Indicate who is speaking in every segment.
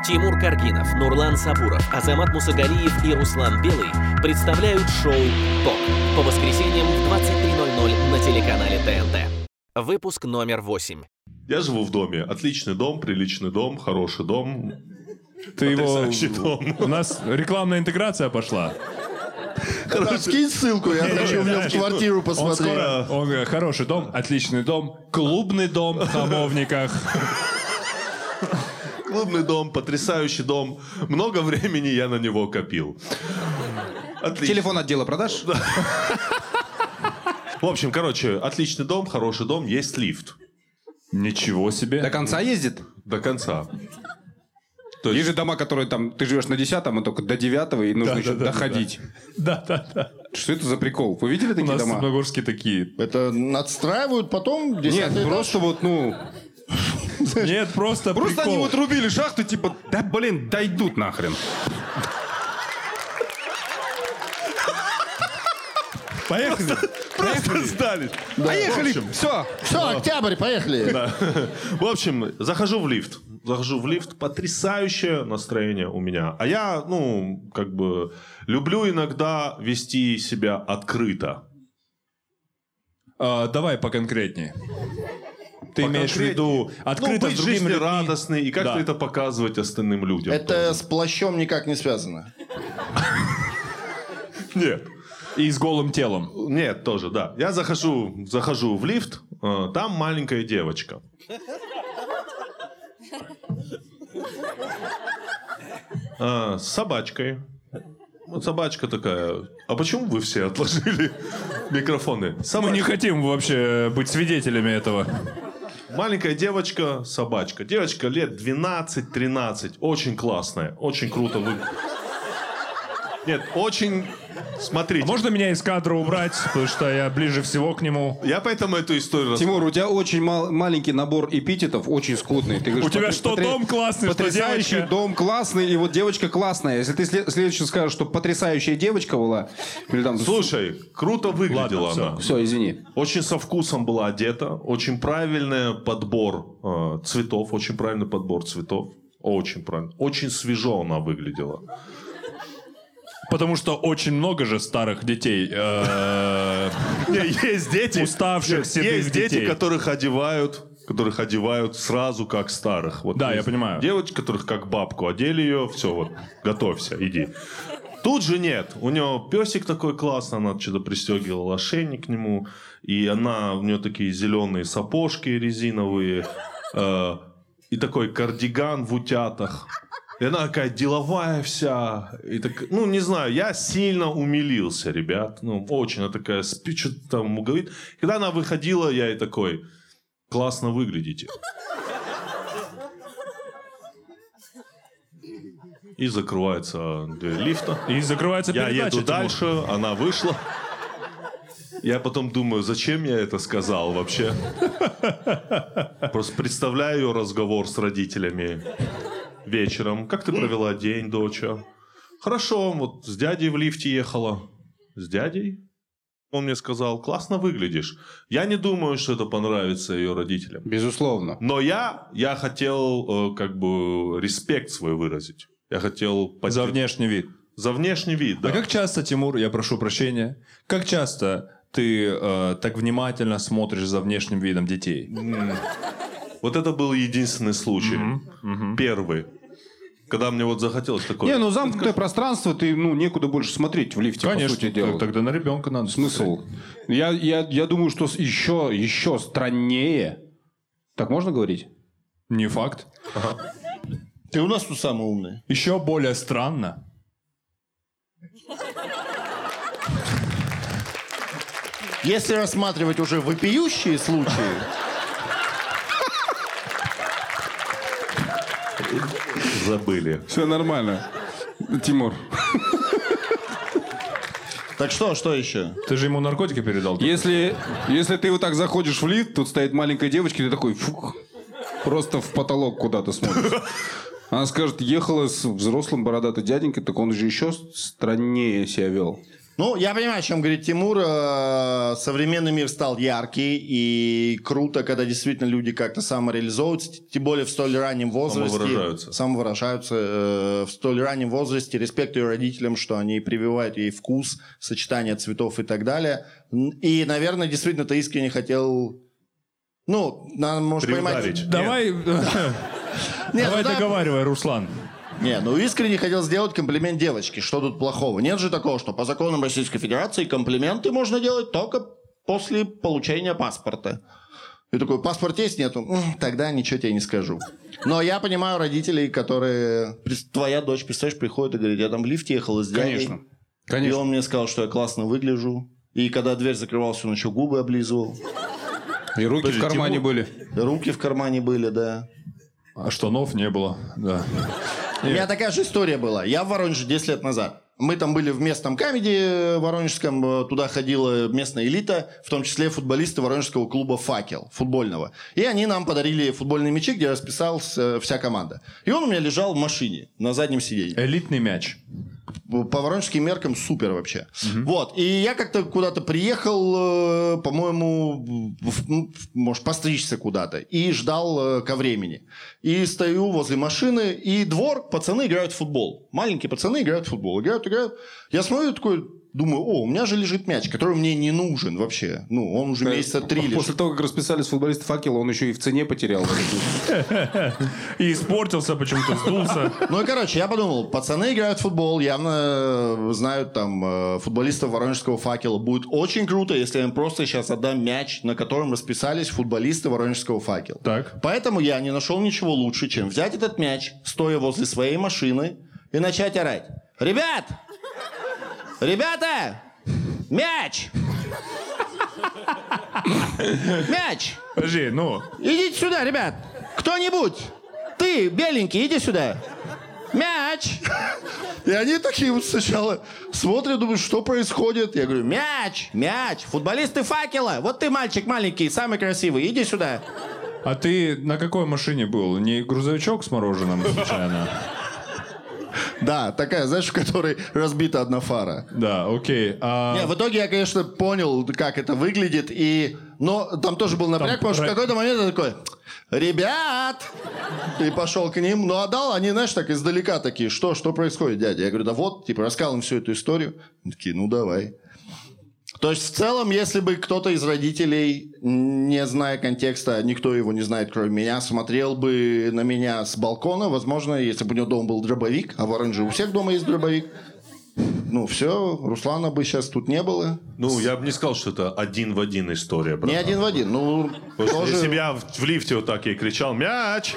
Speaker 1: Тимур Каргинов, Нурлан Сабуров, Азамат Мусагалиев и Руслан Белый представляют шоу «ТОК» по воскресеньям в 23:00 на телеканале ТНТ. Выпуск номер 8.
Speaker 2: Я живу в доме. Отличный дом, приличный дом, хороший дом.
Speaker 3: Ты его...
Speaker 2: Дом.
Speaker 3: У нас рекламная интеграция пошла.
Speaker 4: Да, скинь ссылку, я хочу в нем квартиру посмотреть.
Speaker 3: Он говорит, хороший дом, отличный дом, клубный дом в Хамовниках.
Speaker 2: Клубный дом, потрясающий дом. Много времени я на него копил. Отлично.
Speaker 5: Телефон отдела продаж?
Speaker 2: В общем, короче, отличный дом, хороший дом, есть лифт.
Speaker 3: Ничего себе.
Speaker 5: До конца ездит?
Speaker 2: До конца. То
Speaker 5: Есть же дома, которые там, ты живешь на 10-м, и только до 9-го, и нужно еще доходить.
Speaker 3: Да.
Speaker 5: Что это за прикол? Вы видели
Speaker 3: У
Speaker 5: такие
Speaker 3: нас в
Speaker 5: дома?
Speaker 3: Степногорске такие.
Speaker 4: Это надстраивают потом?
Speaker 5: Нет, просто вот, ну...
Speaker 3: Нет, просто
Speaker 5: Просто
Speaker 3: прикол.
Speaker 5: они вот рубили шахты, типа, да блин, дойдут нахрен.
Speaker 3: Поехали.
Speaker 2: просто сдали.
Speaker 5: Поехали, все.
Speaker 4: Все, октябрь, поехали.
Speaker 2: В общем, захожу в лифт. Потрясающее настроение у меня. А я, люблю иногда вести себя открыто.
Speaker 3: Давай поконкретнее. Ты имеешь в виду открыто
Speaker 2: быть
Speaker 3: с другими людьми?
Speaker 2: жизнерадостный и как-то это показывать остальным людям.
Speaker 4: Это с плащом никак не связано.
Speaker 2: Нет.
Speaker 3: И с голым телом.
Speaker 2: Нет, тоже, да. Я захожу в лифт, там маленькая девочка. С собачкой. Вот собачка такая. А почему вы все отложили микрофоны?
Speaker 3: Мы не хотим вообще быть свидетелями этого.
Speaker 2: Маленькая девочка, собачка. Девочка лет 12-13. Очень классная. Очень круто выглядит. Нет, очень... Смотрите.
Speaker 3: А можно меня из кадра убрать, потому что я ближе всего к нему?
Speaker 2: Я поэтому эту историю
Speaker 5: Тимур, у тебя очень маленький набор эпитетов, очень скудный. Ты говоришь,
Speaker 3: У тебя что, дом классный, что
Speaker 5: потрясающий
Speaker 3: девочка?
Speaker 5: дом классный, и вот девочка классная. Если ты следующий скажешь, что потрясающая девочка была... Или там...
Speaker 2: Слушай, круто выглядела она.
Speaker 5: Все, извини.
Speaker 2: Очень со вкусом была одета. Очень правильный подбор цветов. Очень правильный подбор цветов. Очень правильно. Очень свежо она выглядела.
Speaker 3: Потому что очень много же старых детей.
Speaker 2: Есть дети.
Speaker 3: Уставших, седых
Speaker 2: Есть дети,
Speaker 3: детей.
Speaker 2: которых одевают сразу как старых. Вот
Speaker 3: Да, я
Speaker 2: есть
Speaker 3: понимаю.
Speaker 2: Девочки, которых как бабку одели ее, все, вот, готовься, иди. Тут же нет. У нее песик такой классный, она что-то пристегивала ошейник к нему, и у нее такие зеленые сапожки резиновые, и такой кардиган в утятах. И она такая деловая вся. И так, не знаю, я сильно умилился, ребят. Очень она такая, что-то там говорит. Когда она выходила, я ей такой, классно выглядите. И закрывается дверь лифта.
Speaker 3: И закрывается
Speaker 2: Я
Speaker 3: передача.
Speaker 2: еду
Speaker 3: Тимур.
Speaker 2: дальше, она вышла. Я потом думаю, зачем я это сказал вообще? Просто представляю ее разговор с родителями вечером. Как ты провела день, доча? Хорошо, вот с дядей в лифте ехала. С дядей? Он мне сказал, классно выглядишь. Я не думаю, что это понравится ее родителям.
Speaker 5: Безусловно.
Speaker 2: Но я хотел респект свой выразить. Я хотел...
Speaker 3: За внешний вид.
Speaker 2: За внешний вид, да.
Speaker 3: А как часто, Тимур, я прошу прощения, как часто ты так внимательно смотришь за внешним видом детей?
Speaker 2: Вот это был единственный случай. Первый. Когда мне вот захотелось такое...
Speaker 5: Не, замкнутое пространство, ты, некуда больше смотреть в лифте, по сути дела.
Speaker 3: Тогда на ребенка надо.
Speaker 5: Смысл? Я думаю, что еще страннее. Так можно говорить?
Speaker 3: Не факт.
Speaker 4: Ты у нас тут самый умный.
Speaker 3: Еще более странно.
Speaker 4: Если рассматривать уже вопиющие случаи,
Speaker 2: Забыли.
Speaker 5: Все нормально. Тимур.
Speaker 4: так что еще?
Speaker 3: Ты же ему наркотики передал.
Speaker 5: Если ты вот так заходишь в лифт, тут стоит маленькая девочка, и ты такой, фух, просто в потолок куда-то смотришь. Она скажет, ехала с взрослым бородатым дяденькой, так он же еще страннее себя вел.
Speaker 4: Ну, я понимаю, о чем говорит Тимур. Современный мир стал яркий, и круто, когда действительно люди как-то самореализовываются, тем более в столь раннем возрасте. Самовыражаются в столь раннем возрасте. Респект ее родителям, что они прививают ей вкус, сочетание цветов и так далее. И, наверное, действительно, ты искренне хотел... Ну, надо, может, поймать...
Speaker 3: Давай договаривай, Руслан.
Speaker 4: Не, ну искренне хотел сделать комплимент девочке. Что тут плохого? Нет же такого, что по законам Российской Федерации комплименты можно делать только после получения паспорта. И такой, паспорт есть? Нету? Тогда ничего тебе не скажу. Но я понимаю родителей, которые... Твоя дочь, представляешь, приходит и говорит, я там в лифте ехала с дядей.
Speaker 5: Конечно.
Speaker 4: И он мне сказал, что я классно выгляжу. И когда дверь закрывалась, он еще губы облизывал.
Speaker 5: И руки в кармане были.
Speaker 4: Руки в кармане были, да.
Speaker 3: А штанов не было, да.
Speaker 4: У меня такая же история была. Я в Воронеже 10 лет назад. Мы там были в местном камеди воронежском. Туда ходила местная элита, в том числе футболисты воронежского клуба «Факел» футбольного. И они нам подарили футбольные мячи, где расписалась вся команда. И он у меня лежал в машине на заднем сиденье.
Speaker 3: Элитный мяч.
Speaker 4: По воронежским меркам супер вообще. Вот. И я как-то куда-то приехал, по-моему, может, постричься куда-то. И ждал ко времени. И стою возле машины, и двор, пацаны играют в футбол. Маленькие пацаны играют в футбол. Играют. Я смотрю такой... Думаю, у меня же лежит мяч, который мне не нужен вообще. Ну, он уже месяца 3 лежит.
Speaker 5: После того, как расписались футболисты «Факела», он еще и в цене потерял.
Speaker 3: И испортился, почему-то сдулся.
Speaker 4: Ну и, короче, я подумал, пацаны играют в футбол, явно знают там футболистов воронежского «Факела». Будет очень круто, если я им просто сейчас отдам мяч, на котором расписались футболисты воронежского «Факела».
Speaker 3: Так.
Speaker 4: Поэтому я не нашел ничего лучше, чем взять этот мяч, стоя возле своей машины, и начать орать. Ребята! Мяч! Мяч!
Speaker 3: Подожди,
Speaker 4: Идите сюда, ребят! Кто-нибудь! Ты, беленький, иди сюда! Мяч! И они такие вот сначала смотрят, думают, что происходит. Я говорю, мяч! Футболисты «Факела». Вот ты, мальчик маленький, самый красивый, иди сюда.
Speaker 3: А ты на какой машине был? Не грузовичок с мороженым, случайно?
Speaker 4: Да, такая, знаешь, в которой разбита одна фара.
Speaker 3: Да, окей.
Speaker 4: Не, в итоге я, конечно, понял, как это выглядит, но там тоже был напряг, потому что в какой-то момент я такой, ребят! И пошел к ним, но отдал, они, знаешь, так издалека такие, что происходит, дядя? Я говорю, да вот, рассказал им всю эту историю. Они такие, ну давай. То есть, в целом, если бы кто-то из родителей, не зная контекста, никто его не знает, кроме меня, смотрел бы на меня с балкона, возможно, если бы у него дома был дробовик, а в Воронеже у всех дома есть дробовик, ну, все, Руслана бы сейчас тут не было.
Speaker 2: Ну, я бы не сказал, что это один в один история, братан.
Speaker 4: Не один в один, ну, тоже...
Speaker 2: Если бы я в лифте вот так и кричал «Мяч!»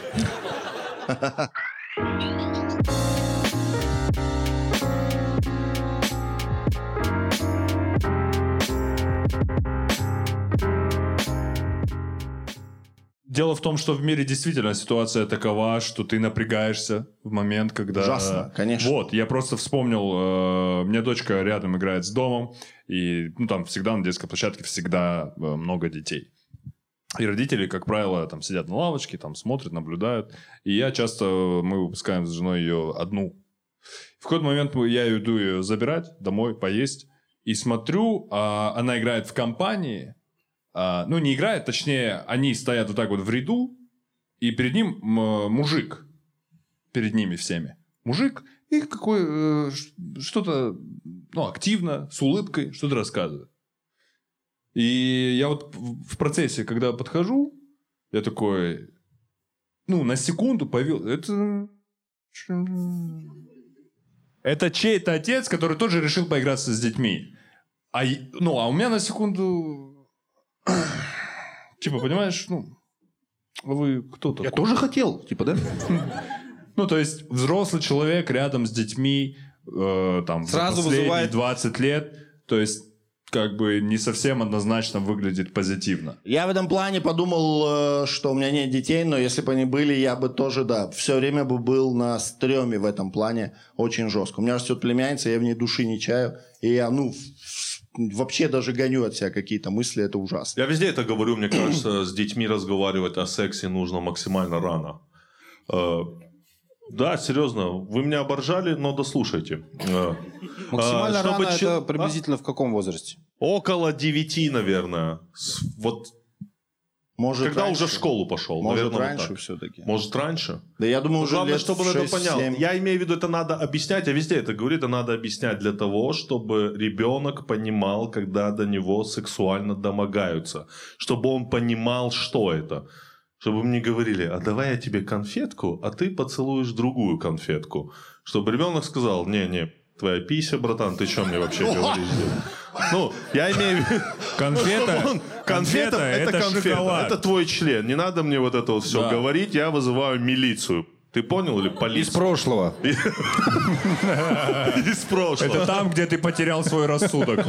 Speaker 3: Дело в том, что в мире действительно ситуация такова, что ты напрягаешься в момент, когда...
Speaker 4: Ужасно, конечно.
Speaker 3: Вот, я просто вспомнил, у меня дочка рядом играет с домом, и там всегда на детской площадке всегда много детей. И родители, как правило, там сидят на лавочке, там смотрят, наблюдают. И мы выпускаем с женой ее одну. В какой-то момент я иду ее забирать домой, поесть, и смотрю, она играет в компании. Не играет, точнее, они стоят вот так вот в ряду, и перед ним мужик. Перед ними всеми. Мужик, и что-то, активно, с улыбкой, что-то рассказывает. И я вот в процессе, когда подхожу, я такой, на секунду появился... Это чей-то отец, который тоже решил поиграться с детьми. А у меня на секунду... понимаешь, вы кто такой?
Speaker 5: Я тоже хотел, да?
Speaker 3: То есть, взрослый человек рядом с детьми,
Speaker 5: сразу
Speaker 3: за
Speaker 5: вызывает
Speaker 3: 20 лет, то есть, не совсем однозначно выглядит позитивно.
Speaker 4: Я в этом плане подумал, что у меня нет детей, но если бы они были, я бы тоже, все время бы был на стреме в этом плане очень жестко. У меня растет племянница, я в ней души не чаю, и я, вообще даже гоню от себя какие-то мысли, это ужасно.
Speaker 2: Я везде это говорю, мне кажется, с детьми разговаривать о сексе нужно максимально рано. Да, серьезно, вы меня оборжали, но дослушайте.
Speaker 5: Максимально
Speaker 2: Чтобы
Speaker 5: рано это приблизительно в каком возрасте?
Speaker 2: Около 9, наверное. Вот
Speaker 4: Может,
Speaker 2: когда
Speaker 4: раньше?
Speaker 2: уже в школу пошел.
Speaker 4: Может,
Speaker 2: наверное,
Speaker 4: раньше
Speaker 2: вот так.
Speaker 4: все-таки.
Speaker 2: Может, раньше?
Speaker 4: Да я думаю, уже
Speaker 2: Главное,
Speaker 4: лет
Speaker 2: чтобы он это
Speaker 4: 6-7.
Speaker 2: понял. Я имею в виду, это надо объяснять, я везде это говорю, это надо объяснять для того, чтобы ребенок понимал, когда до него сексуально домогаются. Чтобы он понимал, что это. Чтобы мне говорили, а давай я тебе конфетку, а ты поцелуешь другую конфетку. Чтобы ребенок сказал, не, твоя пися, братан, ты что мне вообще говоришь? Ну, я имею в виду... Конфета – это конфета.
Speaker 3: шоколад.
Speaker 2: Это твой член. Не надо мне вот это вот все говорить, я вызываю милицию. Ты понял или полицию?
Speaker 5: Из прошлого.
Speaker 2: Из прошлого.
Speaker 3: Это там, где ты потерял свой рассудок.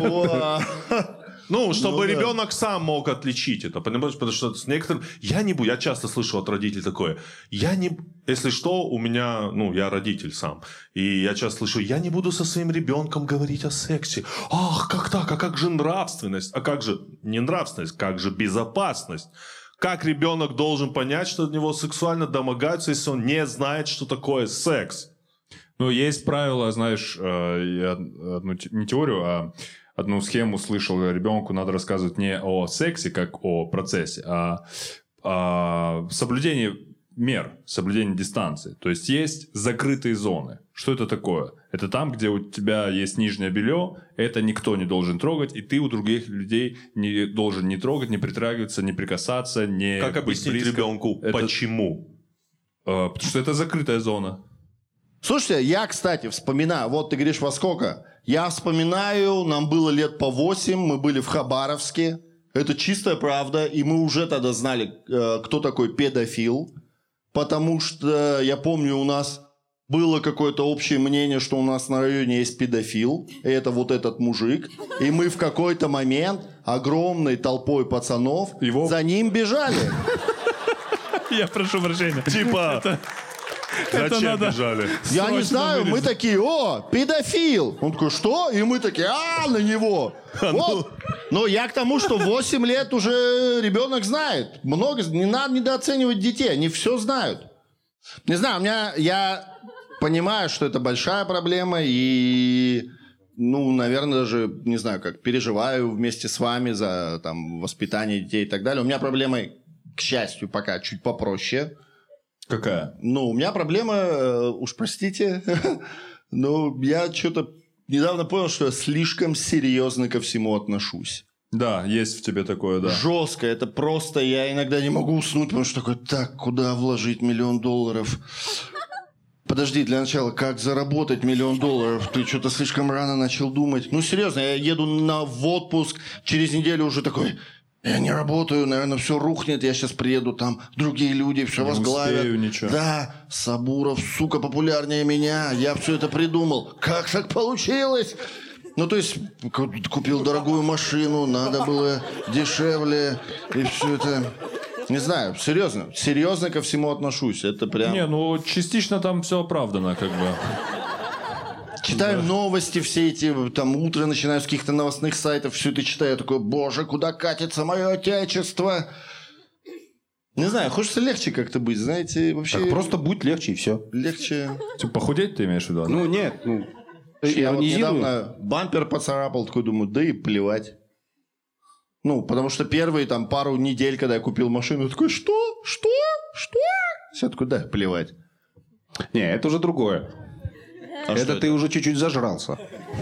Speaker 2: Ну, чтобы ребенок сам мог отличить это, понимаешь? Потому что с некоторым... Я часто слышу от родителей такое. Если что, у меня... я родитель сам. И я часто слышу, я не буду со своим ребенком говорить о сексе. Ах, как так? А как же нравственность? А как же... Не нравственность, как же безопасность? Как ребенок должен понять, что от него сексуально домогаются, если он не знает, что такое секс?
Speaker 3: Ну, есть правило, знаешь, я одну не теорию, а одну схему слышал, ребенку надо рассказывать не о сексе, как о процессе, а соблюдении мер, соблюдении дистанции. То есть закрытые зоны. Что это такое? Это там, где у тебя есть нижнее белье, это никто не должен трогать, и ты у других людей не должен не трогать, не притрагиваться, не прикасаться, не
Speaker 2: Как
Speaker 3: быть
Speaker 2: объяснить
Speaker 3: близко.
Speaker 2: ребенку, почему?
Speaker 3: Потому что это закрытая зона.
Speaker 4: Слушайте, я, кстати, вспоминаю, вот ты говоришь, во сколько? Я вспоминаю, нам было лет по 8, мы были в Хабаровске. Это чистая правда, и мы уже тогда знали, кто такой педофил. Потому что, я помню, у нас было какое-то общее мнение, что у нас на районе есть педофил. И это вот этот мужик. И мы в какой-то момент огромной толпой пацанов за ним бежали.
Speaker 3: Я прошу прощения.
Speaker 2: Типа... Зачем бежали?
Speaker 4: Я не знаю, мы такие, педофил. Он такой, что? И мы такие, на него. Вот. Но я к тому, что 8 лет уже ребенок знает. Не надо недооценивать детей, они все знают. Не знаю, я понимаю, что это большая проблема, и, наверное, даже, не знаю, как переживаю вместе с вами за воспитание детей и так далее. У меня проблемы, к счастью, пока чуть попроще.
Speaker 3: Какая?
Speaker 4: У меня проблема, уж простите, но я что-то недавно понял, что я слишком серьезно ко всему отношусь.
Speaker 3: Да, есть в тебе такое, да.
Speaker 4: Жестко, это просто, я иногда не могу уснуть, потому что такой, куда вложить $1 миллион? Подожди, для начала, как заработать $1 миллион? Ты что-то слишком рано начал думать. Серьезно, я еду в отпуск, через неделю уже такой... Я не работаю, наверное, все рухнет. Я сейчас приеду, там другие люди все возглавят.
Speaker 3: Не успею ничего.
Speaker 4: Да, Сабуров, сука, популярнее меня. Я все это придумал. Как так получилось? То есть, купил дорогую машину, надо было дешевле. И все это... Не знаю, серьезно ко всему отношусь. Это прям...
Speaker 3: частично там все оправдано, как бы.
Speaker 4: Читаю новости все эти, утро начинаю с каких-то новостных сайтов, все это читаю, я такой, боже, куда катится мое отечество? Не знаю, хочется легче как-то быть, знаете, вообще...
Speaker 5: Так просто будь легче и все.
Speaker 4: Легче...
Speaker 3: Похудеть ты имеешь в виду?
Speaker 5: Нет,
Speaker 4: Я вот недавно бампер поцарапал, такой думаю, да и плевать. Потому что первые пару недель, когда я купил машину, я такой, что? Все такой, да, плевать.
Speaker 5: Не, это уже другое. Это ты уже чуть-чуть зажрался.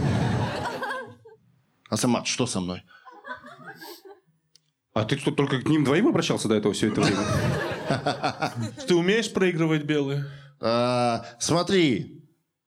Speaker 4: А Самат, что со мной?
Speaker 5: А ты что, только к ним двоим обращался до этого все это время?
Speaker 2: Ты умеешь проигрывать белые?
Speaker 4: Смотри,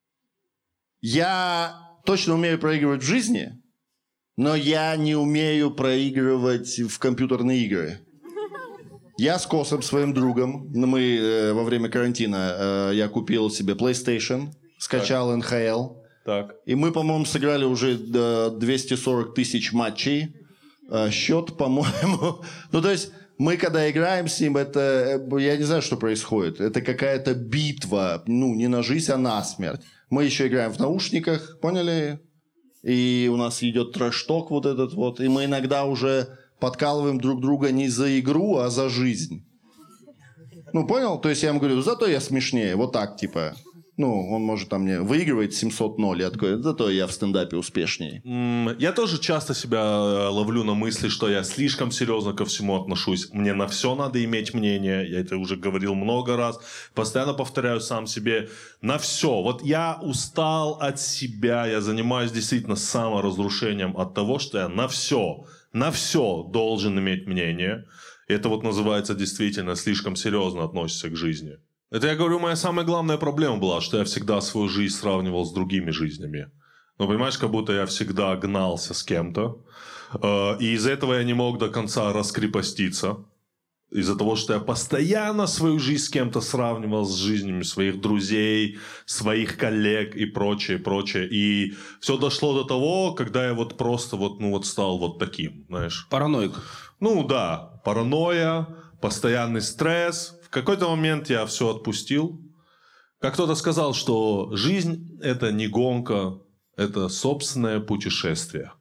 Speaker 4: я точно умею проигрывать в жизни, но я не умею проигрывать в компьютерные игры. Я с Косом, своим другом, мы во время карантина, я купил себе PlayStation, скачал НХЛ.
Speaker 2: Так.
Speaker 4: И мы, по-моему, сыграли уже 240 тысяч матчей. Счет, по-моему... то есть, мы когда играем с ним, это... Я не знаю, что происходит. Это какая-то битва. Не на жизнь, а на смерть. Мы еще играем в наушниках, поняли? И у нас идет трэш-ток вот этот вот. И мы иногда уже подкалываем друг друга не за игру, а за жизнь. Ну, понял? То есть я ему говорю, зато я смешнее. Вот так, типа. Ну, он может там мне выигрывает 700-0. Я такой, зато я в стендапе успешнее.
Speaker 2: Я тоже часто себя ловлю на мысли, что я слишком серьезно ко всему отношусь. Мне на все надо иметь мнение. Я это уже говорил много раз. Постоянно повторяю сам себе на все. Вот я устал от себя. Я занимаюсь действительно саморазрушением от того, что я на все должен иметь мнение. И это вот называется действительно слишком серьезно относишься к жизни. Это, я говорю, моя самая главная проблема была, что я всегда свою жизнь сравнивал с другими жизнями. Ну, понимаешь, как будто я всегда гнался с кем-то. И из-за этого я не мог до конца раскрепоститься. Из-за того, что я постоянно свою жизнь с кем-то сравнивал с жизнями своих друзей, своих коллег и прочее, прочее. И все дошло до того, когда я вот просто стал вот таким, знаешь.
Speaker 5: Параноик.
Speaker 2: Ну да, паранойя, постоянный стресс. В какой-то момент я все отпустил. Как кто-то сказал, что жизнь – это не гонка, это собственное путешествие.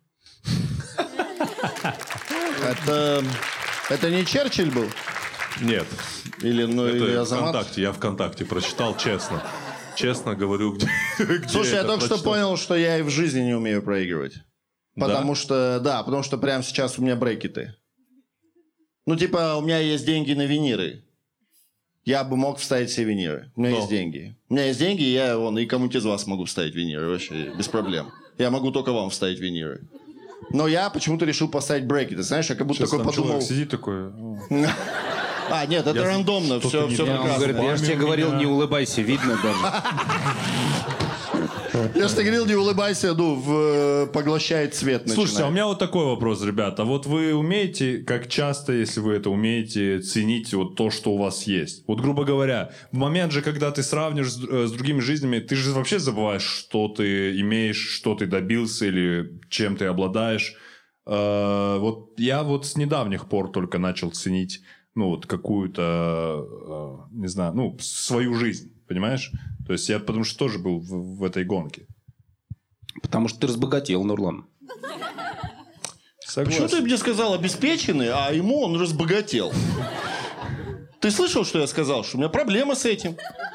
Speaker 4: Это не Черчилль был?
Speaker 2: Нет.
Speaker 4: Или
Speaker 2: это
Speaker 4: Азамат?
Speaker 2: ВКонтакте. Я ВКонтакте прочитал, честно. Честно говорю, где
Speaker 4: Слушай, я только что понял, что я и в жизни не умею проигрывать. Потому что прямо сейчас у меня брекеты. Ну, типа, у меня есть деньги на виниры. Я бы мог вставить все виниры. У меня есть деньги. У меня есть деньги, и я и кому-нибудь из вас могу вставить виниры. Вообще, без проблем. Я могу только вам вставить виниры. Но я почему-то решил поставить брекеты. Знаешь, я как будто такой подумал...
Speaker 3: Сидит такой...
Speaker 4: А, нет, это рандомно. Все прекрасно.
Speaker 5: Он говорит, я же тебе говорил, не улыбайся, видно даже.
Speaker 4: Я же тебе говорил, не улыбайся, поглощает цвет.
Speaker 3: Слушайте, а у меня вот такой вопрос, ребята. Вот вы умеете, как часто, если вы это умеете, ценить вот то, что у вас есть? Вот, грубо говоря, в момент же, когда ты сравнишь с другими жизнями, ты же вообще забываешь, что ты имеешь, что ты добился или чем ты обладаешь. Вот я вот с недавних пор только начал ценить, ну, вот какую-то, не знаю, ну, свою жизнь, понимаешь? То есть я потому что тоже был в этой гонке.
Speaker 5: Потому что ты разбогател, Нурлан.
Speaker 3: Согласен.
Speaker 4: Почему ты мне сказал обеспеченный, а ему он разбогател? Ты слышал, что я сказал? Что у меня проблема с этим.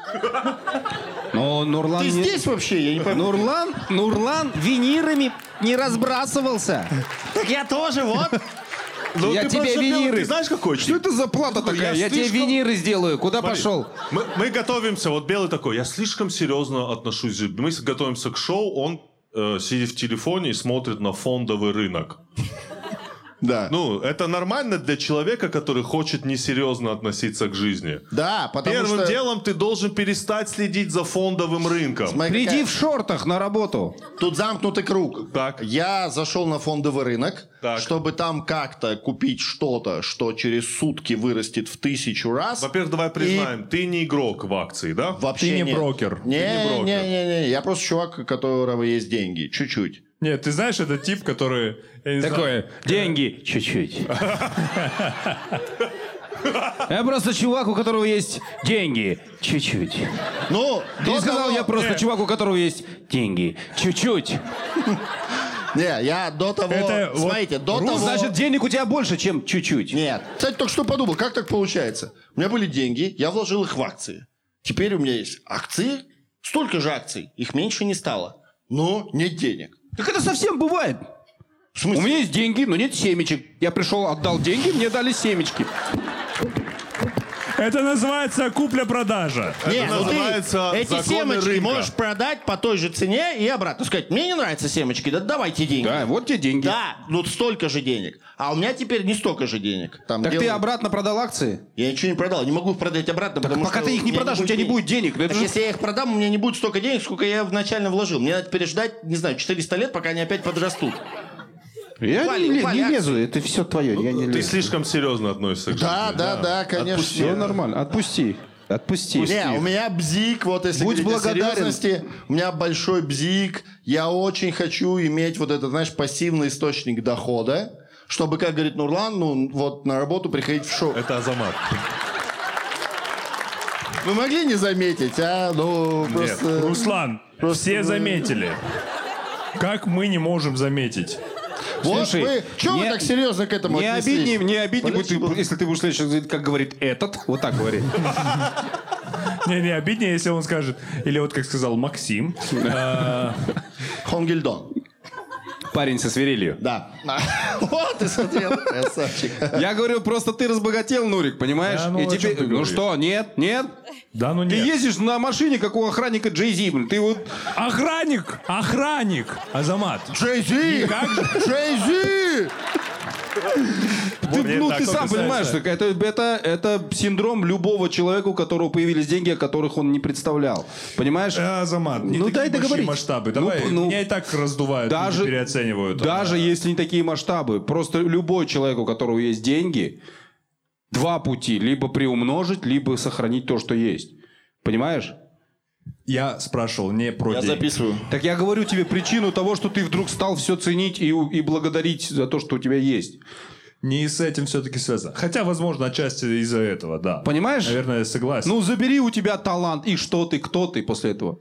Speaker 5: Но Нурлан...
Speaker 4: Ты здесь вообще? Я не пойму.
Speaker 5: Нурлан винирами не разбрасывался.
Speaker 4: Так я тоже, вот.
Speaker 5: Я тебе виниры.
Speaker 2: Ты знаешь, какой?
Speaker 5: Что это за плата такая? Я тебе виниры сделаю. Куда пошел?
Speaker 2: Мы готовимся, вот Белый такой, я слишком серьезно отношусь. Мы готовимся к шоу, он сидит в телефоне и смотрит на фондовый рынок.
Speaker 4: Да.
Speaker 2: Ну, это нормально для человека, который хочет несерьезно относиться к жизни.
Speaker 4: Да, потому
Speaker 2: Первым
Speaker 4: что...
Speaker 2: делом ты должен перестать следить за фондовым рынком.
Speaker 4: Смотри,
Speaker 5: Приди в шортах на работу.
Speaker 4: Тут замкнутый круг.
Speaker 2: Так.
Speaker 4: Я зашел на фондовый рынок,
Speaker 2: Так.
Speaker 4: чтобы там как-то купить что-то, что через сутки вырастет в 1000 раз.
Speaker 2: Во-первых, давай признаем, ты не игрок в акции, да?
Speaker 4: Вообще
Speaker 3: Ты не
Speaker 4: нет.
Speaker 3: брокер.
Speaker 4: Не,
Speaker 2: не брокер.
Speaker 4: не. Я просто чувак, у которого есть деньги. Чуть-чуть.
Speaker 3: Нет, ты знаешь, это тип, который... я не знаю,
Speaker 5: Такое, деньги чуть-чуть. Я просто чувак, у которого есть деньги чуть-чуть.
Speaker 4: Ну,
Speaker 5: Ты не сказал, я просто чувак, у которого есть деньги чуть-чуть.
Speaker 4: Не, я до того...
Speaker 3: Это вот
Speaker 4: Смотрите, до того...
Speaker 5: Значит, денег у тебя больше, чем чуть-чуть.
Speaker 4: Нет. Кстати, только что подумал, как так получается? У меня были деньги, я вложил их в акции. Теперь у меня есть акции, столько же акций, их меньше не стало. Но нет денег.
Speaker 5: Так это совсем бывает.
Speaker 4: В смысле?
Speaker 5: У меня есть деньги, но нет семечек. Я пришел, отдал деньги, мне дали семечки.
Speaker 3: Это называется купля-продажа.
Speaker 4: Нет,
Speaker 2: Это
Speaker 4: ну ты
Speaker 2: называется
Speaker 4: эти
Speaker 2: законы
Speaker 4: семечки
Speaker 2: рынка.
Speaker 4: можешь продать по той же цене и обратно сказать, мне не нравятся семечки, да давайте деньги.
Speaker 5: Да, вот тебе деньги.
Speaker 4: Да, ну столько же денег. А у меня теперь не столько же денег. Там
Speaker 5: Так
Speaker 4: делают-
Speaker 5: ты обратно продал акции?
Speaker 4: Я ничего не продал, я не могу их продать обратно, потому
Speaker 5: пока
Speaker 4: что
Speaker 5: ты их не
Speaker 4: меня
Speaker 5: продашь, у тебя не будет денег. Это
Speaker 4: Так
Speaker 5: же-
Speaker 4: если я их продам, у меня не будет столько денег, сколько я вначально вложил. Мне надо переждать, не знаю, 400 лет, пока они опять подрастут.
Speaker 5: Я
Speaker 4: Упали,
Speaker 5: не
Speaker 4: упали акции.
Speaker 5: лезу, это все твое, я не
Speaker 2: Ты
Speaker 5: лезу.
Speaker 2: слишком серьезно относишься к жизни.
Speaker 4: Да, конечно.
Speaker 5: Все нормально, отпусти. Отпусти.
Speaker 4: Не, у меня бзик, вот если
Speaker 5: Будь
Speaker 4: говорить о
Speaker 5: благодарен.
Speaker 4: серьезности, у меня большой бзик, я очень хочу иметь вот этот, знаешь, пассивный источник дохода, чтобы, как говорит Нурлан, ну вот на работу приходить в шоу.
Speaker 2: Это Азамат.
Speaker 4: Вы могли не заметить, а? Ну, просто...
Speaker 3: Руслан,
Speaker 4: Просто
Speaker 3: все
Speaker 4: вы-
Speaker 3: заметили. Как мы не можем заметить?
Speaker 4: Вот
Speaker 5: Слушай,
Speaker 4: вы, чего вы так серьезно к этому
Speaker 5: Не
Speaker 4: отнеслись?
Speaker 5: обиднее будет, если ты будешь следующий, как говорит этот. Вот так говори.
Speaker 3: Не обиднее, если он скажет, или вот как сказал Максим.
Speaker 4: Хонгельдон.
Speaker 5: Парень со свирелью.
Speaker 4: Да. Вот ты смотрел, красавчик.
Speaker 5: Я говорю, просто ты разбогател, Нурик, понимаешь?
Speaker 3: Да, ну,
Speaker 5: И
Speaker 3: о чем
Speaker 5: тебе...
Speaker 3: ты
Speaker 5: Ну
Speaker 3: говоришь?
Speaker 5: что, нет?
Speaker 3: Да, ну
Speaker 5: Ты
Speaker 3: нет.
Speaker 5: ездишь на машине, как у охранника Джей-Зи, блин. Ты вот...
Speaker 3: Охранник, Азамат.
Speaker 4: Джей-Зи! Джей-Зи!
Speaker 5: Ты сам понимаешь, что это синдром любого человека, у которого появились деньги, о которых он не представлял. Понимаешь?
Speaker 3: Азамат, не
Speaker 5: Ну,
Speaker 3: такие
Speaker 5: дай
Speaker 3: большие
Speaker 5: договорить.
Speaker 3: масштабы. Давай, меня и так раздувают, люди переоценивают.
Speaker 5: Даже если не такие масштабы, просто любой человек, у которого есть деньги, два пути: либо приумножить, либо сохранить то, что есть. Понимаешь?
Speaker 3: Я спрашивал не про
Speaker 4: Я
Speaker 3: деньги.
Speaker 4: записываю.
Speaker 5: Так я говорю тебе причину того, что ты вдруг стал все ценить и благодарить за то, что у тебя есть.
Speaker 3: Не с этим все-таки связано. Хотя, возможно, отчасти из-за этого, да.
Speaker 5: Понимаешь?
Speaker 3: Наверное, я согласен.
Speaker 5: Ну, забери у тебя талант, и что ты, кто ты после этого?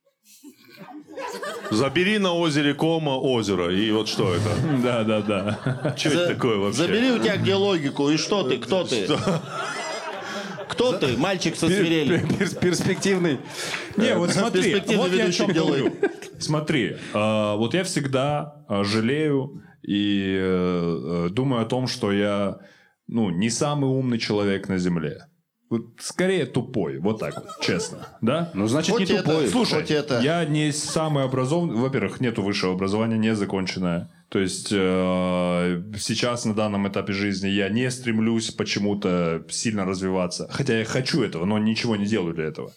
Speaker 2: Забери на озере Кома озеро. И вот что это?
Speaker 3: Да.
Speaker 2: Что это такое вообще?
Speaker 4: Забери у тебя где логику, и что ты, кто ты? Кто ты, мальчик со свирелью?
Speaker 5: Перспективный.
Speaker 3: Не, вот смотри,
Speaker 4: перспективный
Speaker 3: вот я о
Speaker 4: ведущий
Speaker 3: чем
Speaker 4: делает.
Speaker 3: говорю. Смотри, вот я всегда жалею и думаю о том, что я, не самый умный человек на Земле. Вот скорее тупой, вот так вот, честно, да?
Speaker 5: Ну, значит,
Speaker 4: Хоть
Speaker 5: не
Speaker 4: это,
Speaker 5: тупой.
Speaker 3: Слушай,
Speaker 4: хоть это.
Speaker 3: я не самый образованный. Во-первых, нету высшего образования, не законченное. То есть сейчас на данном этапе жизни я не стремлюсь почему-то сильно развиваться. Хотя я хочу этого, но ничего не делаю для этого.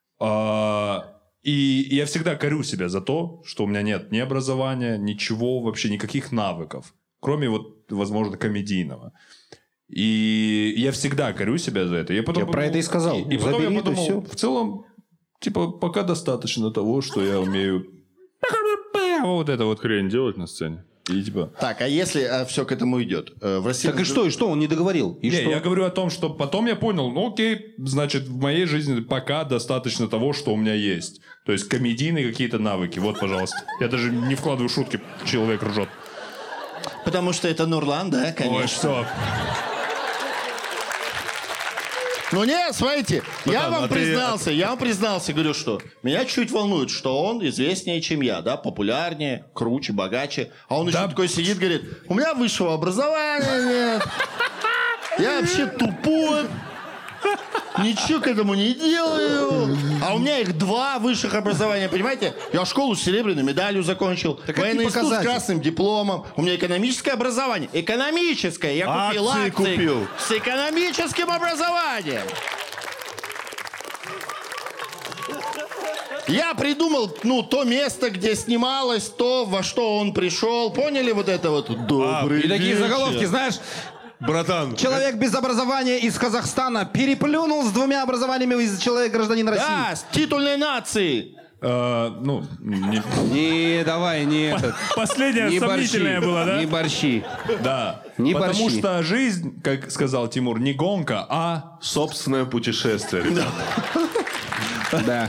Speaker 3: И я всегда корю себя за то, что у меня нет ни образования, ничего, вообще никаких навыков. Кроме возможно, комедийного. И я всегда корю себя за это. Я
Speaker 5: про это и сказал.
Speaker 3: И потом
Speaker 5: Забери,
Speaker 3: я
Speaker 5: да
Speaker 3: подумал,
Speaker 5: всё.
Speaker 3: в целом, пока достаточно того, что я умею вот это вот хрень делать на сцене. И
Speaker 4: Так, а если все к этому идет? В России...
Speaker 5: Так и что? Он не договорил? И
Speaker 3: Не,
Speaker 5: что?
Speaker 3: я говорю о том, что потом я понял, окей, значит, в моей жизни пока достаточно того, что у меня есть. То есть комедийные какие-то навыки. Вот, пожалуйста. Я даже не вкладываю шутки, человек ржет.
Speaker 4: Потому что это Нурлан, да, конечно.
Speaker 3: Ой, все.
Speaker 4: Ну нет, смотрите, я
Speaker 2: Братан,
Speaker 4: вам
Speaker 2: а ты-
Speaker 4: признался, говорю, что меня чуть волнует, что он известнее, чем я, да, популярнее, круче, богаче. А он еще такой сидит, говорит, у меня высшего образования нет, я вообще тупой, ничего к этому не делаю. А у меня их 2 высших образования, понимаете? Я школу с серебряной медалью закончил, военный институт с красным дипломом. У меня экономическое образование. Экономическое. Я купил
Speaker 2: Акции
Speaker 4: акции
Speaker 2: купил.
Speaker 4: с экономическим образованием. Я придумал, то место, где снималось, то, во что он пришел. Поняли вот это вот? Добрый
Speaker 5: И такие
Speaker 4: вечер.
Speaker 5: заголовки, знаешь,
Speaker 2: Братан,
Speaker 5: человек без образования из Казахстана переплюнул с 2 образованиями из человека гражданин России.
Speaker 4: Да, с титульной нации.
Speaker 5: Не, давай, не этот.
Speaker 3: Последняя
Speaker 5: Не
Speaker 3: сомнительная
Speaker 5: борщи,
Speaker 3: была, да?
Speaker 5: Не борщи.
Speaker 3: Да.
Speaker 5: Не
Speaker 3: Потому
Speaker 5: борщи.
Speaker 3: что жизнь, как сказал Тимур, не гонка, а...
Speaker 2: собственное путешествие, ребят.
Speaker 5: Да.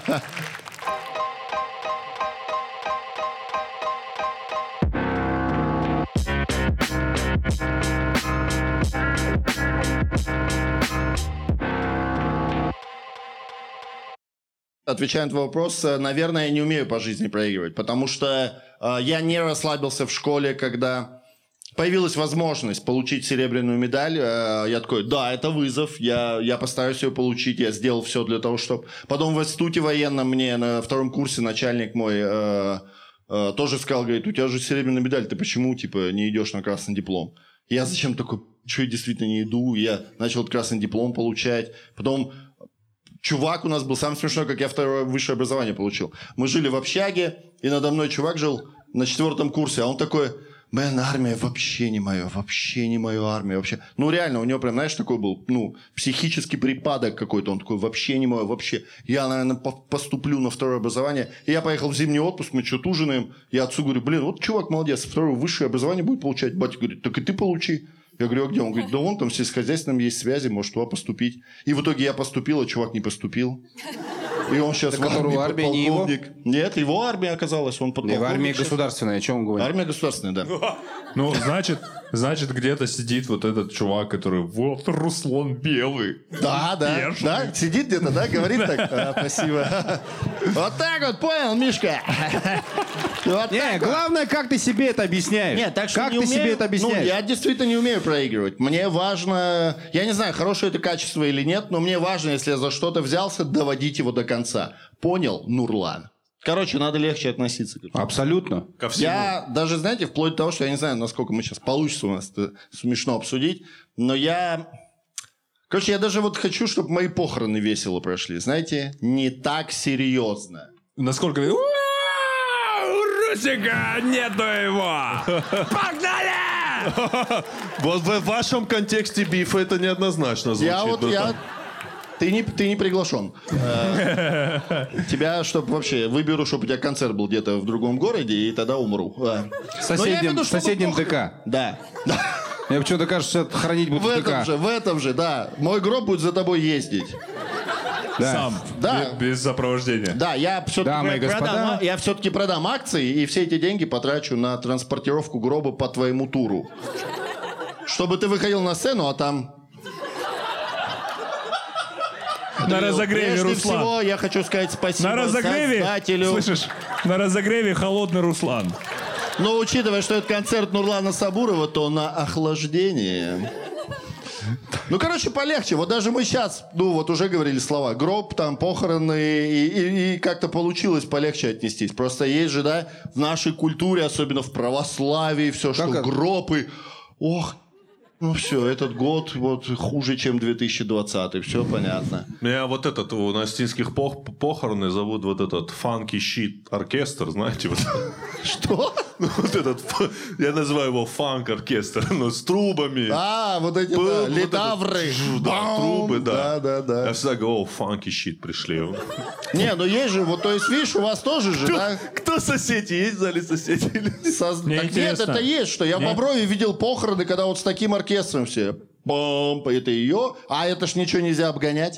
Speaker 4: Отвечая на твой вопрос, наверное, я не умею по жизни проигрывать, потому что я не расслабился в школе, когда появилась возможность получить серебряную медаль. Я такой, да, это вызов, я постараюсь ее получить, я сделал все для того, чтобы... Потом в институте военном мне на 2 курсе начальник мой тоже сказал, говорит, у тебя же серебряная медаль, ты почему, не идешь на красный диплом? Я зачем такой, что я действительно не иду? Я начал этот красный диплом получать, потом... Чувак у нас был, самое смешное, как я 2 высшее образование получил. Мы жили в общаге, и надо мной чувак жил на 4 курсе, а он такой, армия вообще не моя армия, вообще. Ну, реально, у него прям, знаешь, такой был, психический припадок какой-то, он такой, вообще не мое, вообще. Я, наверное, поступлю на 2 образование. И я поехал в зимний отпуск, мы что-то ужинаем, я отцу говорю, вот чувак молодец, 2 высшее образование будет получать. Батя говорит, так и ты получи. Я говорю, а где? Он говорит, да вон там в сельскохозяйственном есть связи, может туда поступить. И в итоге я поступил, а чувак не поступил. И он сейчас в армии
Speaker 5: армия не его?
Speaker 4: подполковник. Нет, его армия оказалась, он
Speaker 5: Не,
Speaker 4: подполковник.
Speaker 5: в армии
Speaker 4: сейчас.
Speaker 5: государственной, о чем он говорит?
Speaker 4: Армия государственная, да.
Speaker 3: Ну, значит, где-то сидит вот этот чувак, который вот Руслан Белый.
Speaker 4: Да, сидит где-то, да, говорит так. Спасибо. Вот так вот, понял, Мишка?
Speaker 5: Не, главное, как ты себе это объясняешь.
Speaker 4: Нет, так что
Speaker 5: как
Speaker 4: не
Speaker 5: ты
Speaker 4: умею,
Speaker 5: себе это объясняешь?
Speaker 4: Ну, я действительно не умею проигрывать. Мне важно... Я не знаю, хорошее это качество или нет, но мне важно, если я за что-то взялся, доводить его до конца. Понял, Нурлан? Короче, надо легче относиться к этому.
Speaker 5: Абсолютно.
Speaker 2: Ко всему.
Speaker 4: Я даже, знаете, вплоть до того, что я не знаю, насколько мы сейчас получится у нас это смешно обсудить, но я... Короче, я даже вот хочу, чтобы мои похороны весело прошли. Знаете, не так серьезно.
Speaker 3: Насколько... Русика, нету его! Погнали!
Speaker 2: Вот в вашем контексте бифа это неоднозначно звучит.
Speaker 4: Ты не приглашен. Тебя, чтобы вообще, выберу, чтобы у тебя концерт был где-то в другом городе, и тогда умру.
Speaker 5: В соседнем ДК.
Speaker 4: Да.
Speaker 5: Мне почему-то кажется, что хоронить будут в ДК.
Speaker 4: В этом же, да. Мой гроб будет за тобой ездить.
Speaker 3: Сам.
Speaker 4: Да.
Speaker 3: Без сопровождения.
Speaker 4: Да, я
Speaker 5: Дамы и господа.
Speaker 4: все-таки продам акции, и все эти деньги потрачу на транспортировку гроба по твоему туру. Чтобы ты выходил на сцену, а там...
Speaker 3: На разогреве,
Speaker 4: Прежде
Speaker 3: Руслан.
Speaker 4: всего, я хочу сказать спасибо
Speaker 3: На разогреве,
Speaker 4: создателю.
Speaker 3: слышишь, на разогреве холодный Руслан.
Speaker 4: Но учитывая, что это концерт Нурлана Сабурова, то на охлаждение. Ну, короче, полегче. Вот даже мы сейчас, вот уже говорили слова. Гроб, там, похороны, и как-то получилось полегче отнестись. Просто есть же, да, в нашей культуре, особенно в православии, все, что гроб и... Ох, ну все, этот год вот хуже, чем 2020, все понятно.
Speaker 2: Меня вот этот у Настинских похороны зовут вот этот Funky Shit оркестр, знаете? Вот.
Speaker 4: Что?
Speaker 2: Ну, вот этот, я называю его фанк-оркестр, но с трубами.
Speaker 4: Вот эти
Speaker 2: Вот
Speaker 4: литавры.
Speaker 2: Да, трубы, да.
Speaker 4: Да.
Speaker 2: Я всегда говорю, Funky Shit пришли.
Speaker 4: Не, ну есть же, вот, то есть, видишь, у вас тоже же, да?
Speaker 2: Кто соседи? Есть в зале соседи?
Speaker 4: Так нет, это есть, что я в Боброве видел похороны, когда вот с таким оркестром все. Бам, это ее. А это ж ничего нельзя обгонять.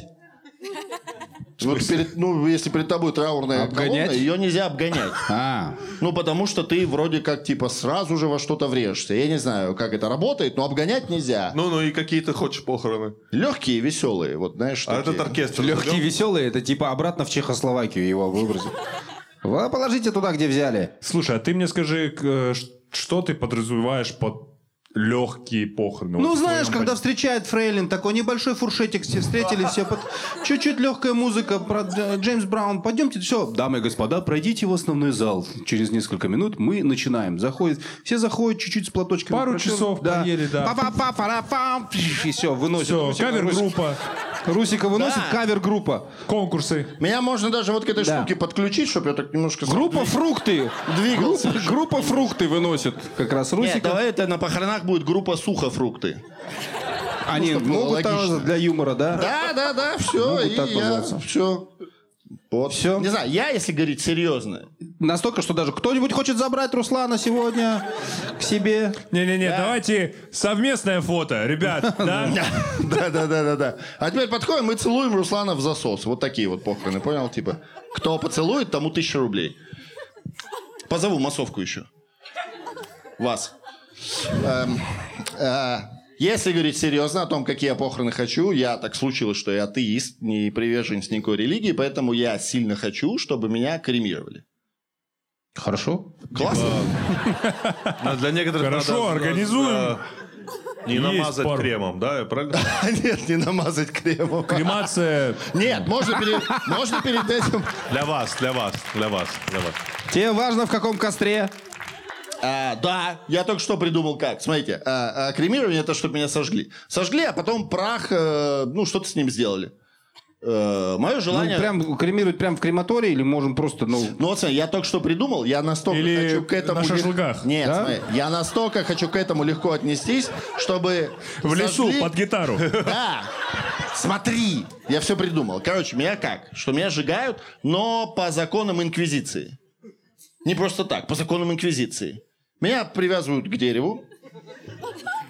Speaker 4: Вот если перед тобой траурная колонна, ее нельзя обгонять. Ну, потому что ты вроде как, типа, сразу же во что-то врежешься. Я не знаю, как это работает, но обгонять нельзя.
Speaker 2: Ну, и какие ты хочешь похороны?
Speaker 4: Легкие, веселые, вот, знаешь,
Speaker 2: А
Speaker 4: такие.
Speaker 2: этот оркестр?
Speaker 5: Легкие, веселые, это типа обратно в Чехословакию его выбросить. Вы положите туда, где взяли.
Speaker 3: Слушай, а ты мне скажи, что ты подразумеваешь под легкие похороны?
Speaker 5: Ну,
Speaker 3: Вот
Speaker 5: знаешь, когда встречает фрейлин, такой небольшой фуршетик, все встретились, все чуть-чуть легкая музыка про Джеймс Браун. Пойдемте, все, дамы и господа, пройдите в основной зал. Через несколько минут мы начинаем. Все заходят чуть-чуть с платочками.
Speaker 3: Пару часов поели, да.
Speaker 5: Па-па-па-пара-пам. И все, выносят.
Speaker 3: Все, кавер-группа.
Speaker 5: Русика выносит, кавер-группа.
Speaker 3: Конкурсы.
Speaker 4: Меня можно даже вот к этой штуке подключить, чтобы я так немножко...
Speaker 5: Группа фрукты.
Speaker 4: Двигался.
Speaker 5: Группа фрукты выносит как раз Русика.
Speaker 4: Нет, давай это на похоронах будет группа сухофрукты.
Speaker 5: Они
Speaker 4: чтобы
Speaker 5: могут там
Speaker 4: логично.
Speaker 5: для юмора, да?
Speaker 4: Да, все,
Speaker 5: Могут
Speaker 4: и
Speaker 5: так
Speaker 4: я...
Speaker 5: называться.
Speaker 4: Все. Вот.
Speaker 5: Всё.
Speaker 4: Не знаю, я, если говорить серьезно...
Speaker 5: Настолько, что даже кто-нибудь хочет забрать Руслана сегодня к себе.
Speaker 3: Не-не-не, давайте совместное фото, ребят, да?
Speaker 4: Да. А теперь подходим и целуем Руслана в засос. Вот такие вот похороны, понял? Типа, кто поцелует, тому 1000 рублей. Позову массовку еще. Вас. Если говорить серьезно о том, какие я похороны хочу, я так случилось, что я атеист, не приверженец никакой религии, поэтому я сильно хочу, чтобы меня кремировали.
Speaker 5: Хорошо.
Speaker 4: Классно?
Speaker 2: Для некоторых
Speaker 3: Хорошо,
Speaker 2: надо,
Speaker 3: организуем.
Speaker 2: Не
Speaker 3: Есть
Speaker 2: намазать
Speaker 3: пару.
Speaker 2: кремом, да? Я правильно?
Speaker 4: Нет, не намазать кремом.
Speaker 3: Кремация.
Speaker 4: Нет, можно перед этим...
Speaker 2: Для вас.
Speaker 5: Тебе важно, в каком костре?
Speaker 4: Да, я только что придумал как. Смотрите, кремирование это чтобы меня сожгли. Сожгли, а потом прах, что-то с ним сделали. Мое желание...
Speaker 5: Прям кремировать прям в крематории или можем просто,
Speaker 4: Ну вот смотри, я только что придумал, я настолько
Speaker 3: Или
Speaker 4: хочу к этому...
Speaker 3: на шашлыках.
Speaker 4: Нет,
Speaker 5: Да?
Speaker 4: смотри, я настолько хочу к этому легко отнестись, чтобы...
Speaker 3: В лесу
Speaker 4: сожгли-
Speaker 3: под гитару.
Speaker 4: Да, смотри, я все придумал. Короче, меня как? Что меня сжигают, но по законам инквизиции. Не просто так, по законам инквизиции. Меня привязывают к дереву.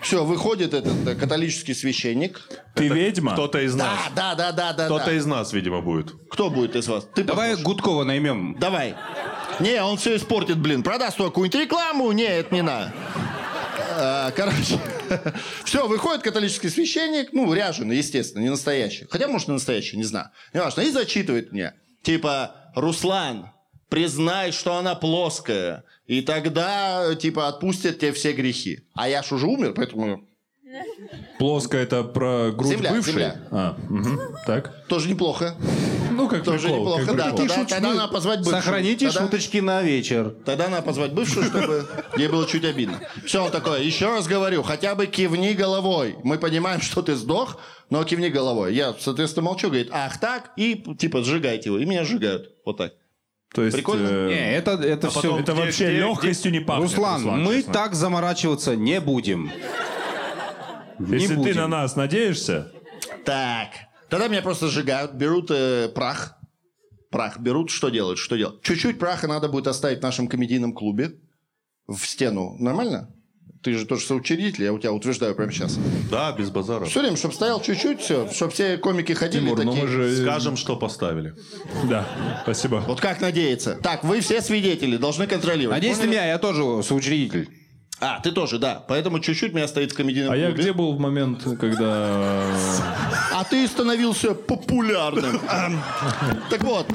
Speaker 4: Все, выходит этот католический священник.
Speaker 3: Ты ведьма?
Speaker 2: Кто-то из нас.
Speaker 4: Да.
Speaker 2: Кто-то из нас, видимо, будет.
Speaker 4: Кто будет из вас? Ты
Speaker 5: Давай
Speaker 4: похож.
Speaker 5: Гудкова наймем.
Speaker 4: Давай. Не, он все испортит, блин. Продаст только какую-нибудь рекламу. Не, это не надо. Короче, все, выходит католический священник, ну, ряженый, естественно, не настоящий. Хотя, может, и настоящий, не знаю. Не важно. И зачитывает мне. Типа, Руслан, признай, что она плоская. И тогда, типа, отпустят тебе все грехи. А я ж уже умер, поэтому...
Speaker 3: Плоско это про грудь
Speaker 4: Земля,
Speaker 3: бывшей?
Speaker 4: земля.
Speaker 3: Так.
Speaker 4: Тоже неплохо.
Speaker 3: Ну, как
Speaker 4: Тоже
Speaker 3: прикол,
Speaker 4: неплохо,
Speaker 3: как
Speaker 4: да.
Speaker 3: прикол.
Speaker 4: Тогда надо позвать бывшую.
Speaker 5: Сохраните
Speaker 4: Тогда-
Speaker 5: шуточки на вечер.
Speaker 4: Тогда надо позвать бывшую, чтобы ей было чуть обидно. Все, он такой, еще раз говорю, хотя бы кивни головой. Мы понимаем, что ты сдох, но кивни головой. Я, соответственно, молчу, говорит, ах так, и типа сжигайте его. И меня сжигают. Вот так.
Speaker 3: То есть,
Speaker 4: Прикольно?
Speaker 5: Не, это все...
Speaker 3: это вообще легкостью не пахнет.
Speaker 5: Руслан, мы
Speaker 3: честно.
Speaker 5: так заморачиваться не будем.
Speaker 3: Если
Speaker 5: не
Speaker 3: ты
Speaker 5: будем.
Speaker 3: на нас надеешься,
Speaker 4: Так. Тогда меня просто сжигают, берут прах. Прах берут, что делают? Чуть-чуть праха надо будет оставить в нашем комедийном клубе. В стену. Нормально? Ты же тоже соучредитель, я у тебя утверждаю прямо сейчас.
Speaker 2: Да, без базара.
Speaker 4: Все время, чтобы стоял чуть-чуть, все, чтобы все комики ходили
Speaker 3: Тимур, ну
Speaker 4: такие.
Speaker 3: мы же...
Speaker 2: Скажем, что поставили.
Speaker 3: Да, спасибо.
Speaker 4: Вот как надеяться? Так, вы все свидетели, должны контролировать.
Speaker 5: Надеюсь на
Speaker 4: Поняли?
Speaker 5: меня, я тоже соучредитель.
Speaker 4: А, ты тоже, да. Поэтому чуть-чуть меня стоит в комедийном
Speaker 3: А я
Speaker 4: клубе.
Speaker 3: где был в момент, когда...
Speaker 4: А ты становился популярным. Так вот.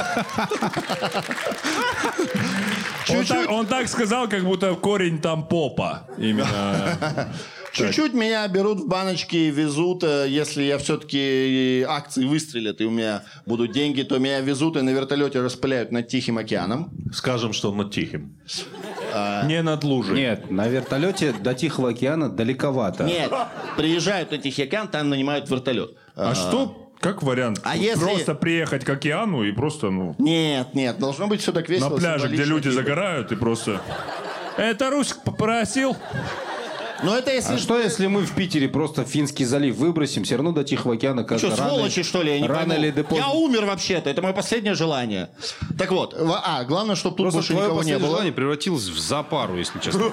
Speaker 4: Чуть-чуть.
Speaker 3: Он так сказал, как будто корень там попа. Именно...
Speaker 4: Чуть-чуть меня берут в баночки и везут, если я все-таки акции выстрелят, и у меня будут деньги, то меня везут и на вертолете распыляют над Тихим океаном.
Speaker 2: Скажем, что над Тихим.
Speaker 3: Не над лужей.
Speaker 5: Нет, на вертолете до Тихого океана далековато.
Speaker 4: Нет, приезжают на Тихий океан, там нанимают вертолет.
Speaker 3: А что, как вариант?
Speaker 4: А если-
Speaker 3: Просто приехать к океану и просто, ну...
Speaker 4: Нет, должно быть все так весело.
Speaker 3: На пляже, где
Speaker 4: символично,
Speaker 3: люди
Speaker 4: типа.
Speaker 3: загорают, и просто... Это Русик попросил.
Speaker 4: Но это если...
Speaker 5: А что, если мы в Питере просто Финский залив выбросим, все равно до Тихого океана как-то
Speaker 4: Что,
Speaker 5: рано-
Speaker 4: сволочи, что ли? Я не
Speaker 5: рано
Speaker 4: пойму.
Speaker 5: или поздно.
Speaker 4: Я умер вообще-то, это мое последнее желание. Так вот, главное, чтобы тут
Speaker 5: Просто
Speaker 4: больше
Speaker 5: твое
Speaker 4: никого не
Speaker 5: последнее
Speaker 4: было.
Speaker 5: желание превратилось в зоопару, если честно.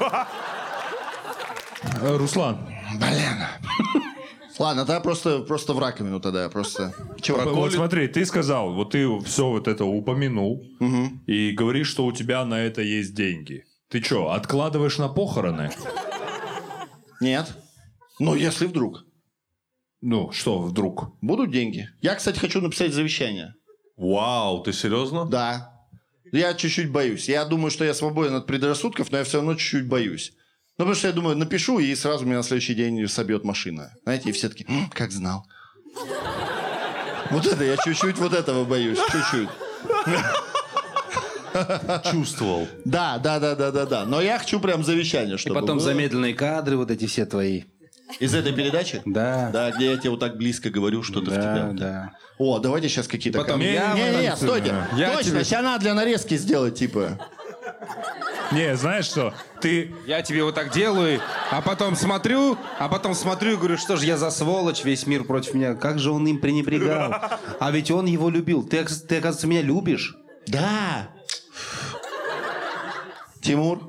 Speaker 3: Руслан,
Speaker 4: Ладно, тогда просто в раковину тогда, просто... Чего?
Speaker 3: вот смотри, ты сказал, вот ты все вот это упомянул, и говоришь, что у тебя на это есть деньги. Ты что, откладываешь на похороны?
Speaker 4: Нет. Ну, если вдруг.
Speaker 3: Ну, что вдруг?
Speaker 4: Будут деньги. Я, кстати, хочу написать завещание.
Speaker 2: Вау, ты серьезно?
Speaker 4: Да. Я чуть-чуть боюсь. Я думаю, что я свободен от предрассудков, но я все равно чуть-чуть боюсь. Ну, потому что я думаю, напишу, и сразу меня на следующий день собьет машина. Знаете, и все таки как знал. Вот это, я чуть-чуть вот этого боюсь. Чуть-чуть.
Speaker 2: Чувствовал.
Speaker 4: Да. Но я хочу прям завещание,
Speaker 5: И
Speaker 4: чтобы
Speaker 5: потом
Speaker 4: было.
Speaker 5: замедленные кадры вот эти все твои.
Speaker 4: Из этой передачи?
Speaker 5: Да.
Speaker 4: Да, где я тебе вот так близко говорю что-то в тебя.
Speaker 5: Да.
Speaker 4: О, давайте сейчас какие-то...
Speaker 5: Потом
Speaker 4: комменты.
Speaker 5: я
Speaker 4: Не,
Speaker 5: вот
Speaker 4: стойте.
Speaker 5: Я
Speaker 4: Точно,
Speaker 5: тебе-
Speaker 4: сейчас надо для нарезки сделать, типа.
Speaker 3: Не, знаешь что, ты...
Speaker 5: Я тебе вот так делаю, а потом смотрю и говорю, что же я за сволочь, весь мир против меня. Как же он им пренебрегал. А ведь он его любил. Ты, оказывается, меня любишь.
Speaker 4: Да. Тимур?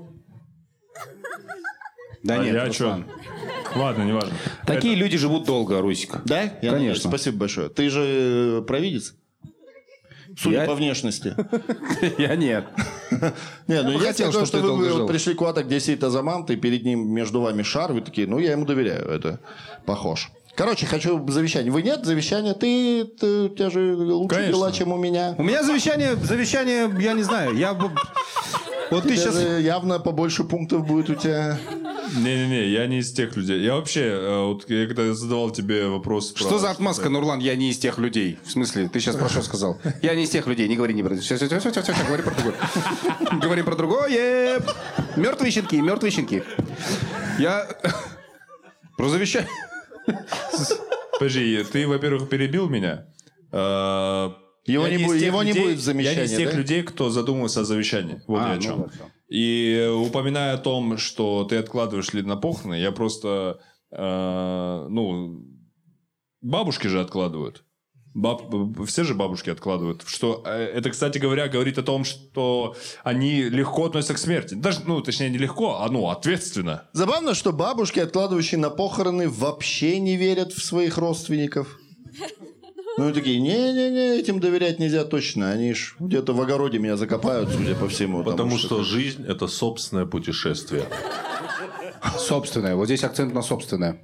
Speaker 5: Да
Speaker 3: А
Speaker 5: нет,
Speaker 3: я
Speaker 5: Руслан.
Speaker 3: что? Ладно, неважно.
Speaker 5: Такие люди живут долго, Русик.
Speaker 4: Да? Я
Speaker 5: Конечно.
Speaker 4: надеюсь. Спасибо большое. Ты же провидец? Судя
Speaker 5: Я-
Speaker 4: по внешности.
Speaker 5: Я нет.
Speaker 4: Не, ну
Speaker 5: бы
Speaker 4: есть
Speaker 5: хотел,
Speaker 4: такое,
Speaker 5: чтоб
Speaker 4: что
Speaker 5: ты
Speaker 4: вы
Speaker 5: долго
Speaker 4: вот
Speaker 5: жил.
Speaker 4: пришли куда-то, где сидит Азамант, и перед ним, между вами шар, вы такие, ну, я ему доверяю, это похож. Короче, хочу завещание. Вы нет завещания? У тебя же лучше
Speaker 3: Конечно.
Speaker 4: дела, чем у меня.
Speaker 5: У меня завещание, я не знаю. Вот ты
Speaker 4: Ты
Speaker 5: сейчас...
Speaker 4: явно побольше пунктов будет у тебя.
Speaker 3: Не-не-не, я не из тех людей. Я вообще, вот я когда задавал тебе вопрос... про-
Speaker 5: Что за отмазка, Нурлан? Я не из тех людей. В смысле? Ты сейчас про что сказал? Я не из тех людей. Не говори, не про... Все, говори про другое. Говори про другое. Мертвые щенки. Я... Про завещание.
Speaker 3: Подожди, ты, во-первых, перебил меня.
Speaker 4: Его
Speaker 3: Я
Speaker 4: не
Speaker 3: из
Speaker 4: будет-
Speaker 3: тех
Speaker 4: его не
Speaker 3: людей-
Speaker 4: будет в завещании,
Speaker 3: Я не из тех
Speaker 4: да?
Speaker 3: людей, кто задумывается о завещании. Вот я о чем.
Speaker 5: вот, всё.
Speaker 3: И упоминая о том, что ты откладываешь ли на похороны, я просто... бабушки же откладывают. Все же бабушки откладывают. Что это, кстати говоря, говорит о том, что они легко относятся к смерти. Даже, точнее, не легко, а ответственно.
Speaker 4: Забавно, что бабушки, откладывающие на похороны, вообще не верят в своих родственников. Такие, не-не-не, этим доверять нельзя точно. Они ж где-то в огороде меня закопают, судя по всему.
Speaker 2: Потому что жизнь – это собственное путешествие.
Speaker 5: Собственное. Вот здесь акцент на собственное.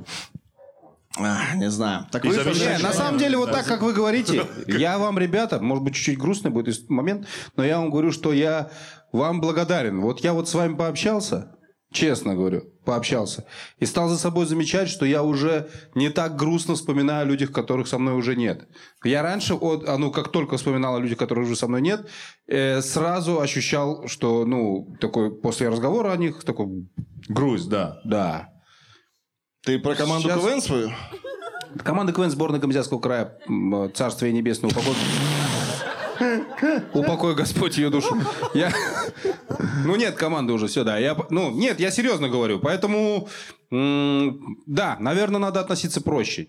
Speaker 4: Не знаю.
Speaker 5: На самом деле, вот так, как вы говорите, я вам, ребята, может быть, чуть-чуть грустный будет этот момент, но я вам говорю, что я вам благодарен. Вот я с вами пообщался, честно говорю, пообщался, и стал за собой замечать, что я уже не так грустно вспоминаю о людях, которых со мной уже нет. Я раньше, как только вспоминал о людях, которых уже со мной нет, сразу ощущал, что, такой, после разговора о них, такой...
Speaker 3: Грусть, да.
Speaker 5: Да.
Speaker 4: Ты про команду КВН свою?
Speaker 5: Команда КВН сборной Камчатского края, царствие небесное, упокой Господь ее душу. Нет команды уже, все, да. Нет, я серьезно говорю. Поэтому, да, наверное, надо относиться проще.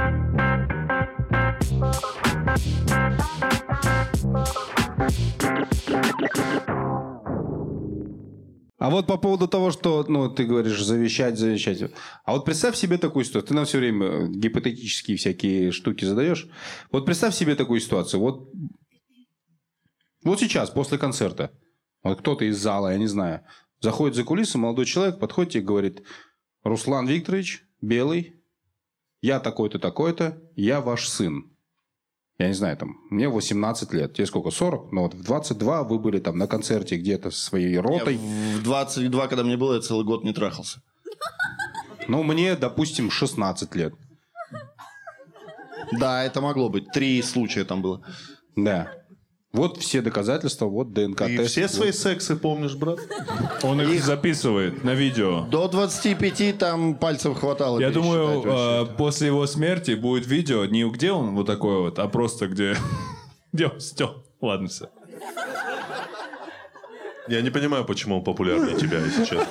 Speaker 5: А вот по поводу того, что, ты говоришь, завещать. А вот представь себе такую ситуацию. Ты нам все время гипотетические всякие штуки задаешь. Вот представь себе такую ситуацию. Вот сейчас, после концерта, вот кто-то из зала, я не знаю, заходит за кулисы, молодой человек, подходит и говорит: Руслан Викторович, Белый, я такой-то, такой-то, я ваш сын. Я не знаю, мне 18 лет. Тебе сколько, 40? В 22 вы были на концерте где-то со своей ротой.
Speaker 4: В 22, когда мне было, я целый год не трахался.
Speaker 5: Мне, допустим, 16 лет.
Speaker 4: Да, это могло быть. 3 случая там было.
Speaker 5: Да. Вот все доказательства, вот ДНК-тест.
Speaker 2: И все свои сексы помнишь, брат?
Speaker 3: Он их записывает на видео.
Speaker 4: До 25 там пальцев хватало.
Speaker 3: Я думаю, после его смерти будет видео, не где он вот такой вот, а просто где он стёл. Ладно, все.
Speaker 2: Я не понимаю, почему он популярнее тебя, если честно.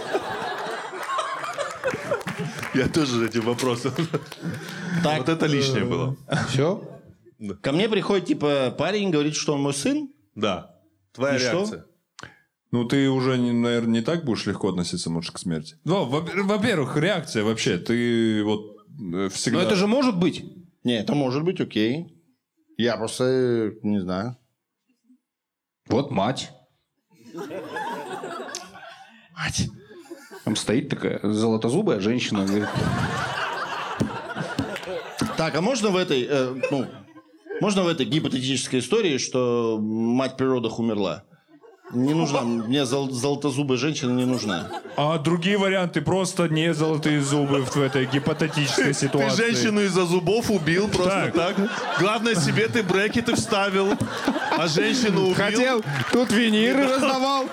Speaker 2: Я тоже этим вопросом. Вот это лишнее было.
Speaker 5: Все?
Speaker 4: Ко мне приходит, парень, говорит, что он мой сын.
Speaker 2: Да. Твоя реакция.
Speaker 3: Ты уже, наверное, не так будешь легко относиться, может, к смерти. Во-первых, реакция вообще. Ты всегда...
Speaker 5: Но это же может быть.
Speaker 4: Не, это может быть, окей. Я просто не знаю.
Speaker 5: Вот мать.
Speaker 4: Мать.
Speaker 5: Там стоит такая золотозубая женщина. Говорит...
Speaker 4: Так, а можно в этой... Можно в этой гипотетической истории, что мать при родах умерла? Не нужна. Мне золотозубая женщина не нужна.
Speaker 3: А другие варианты просто не золотые зубы в этой гипотетической ситуации.
Speaker 2: Ты женщину из-за зубов убил просто так. Главное, себе ты брекеты вставил, а женщину убил.
Speaker 5: Хотел, тут виниры раздавал.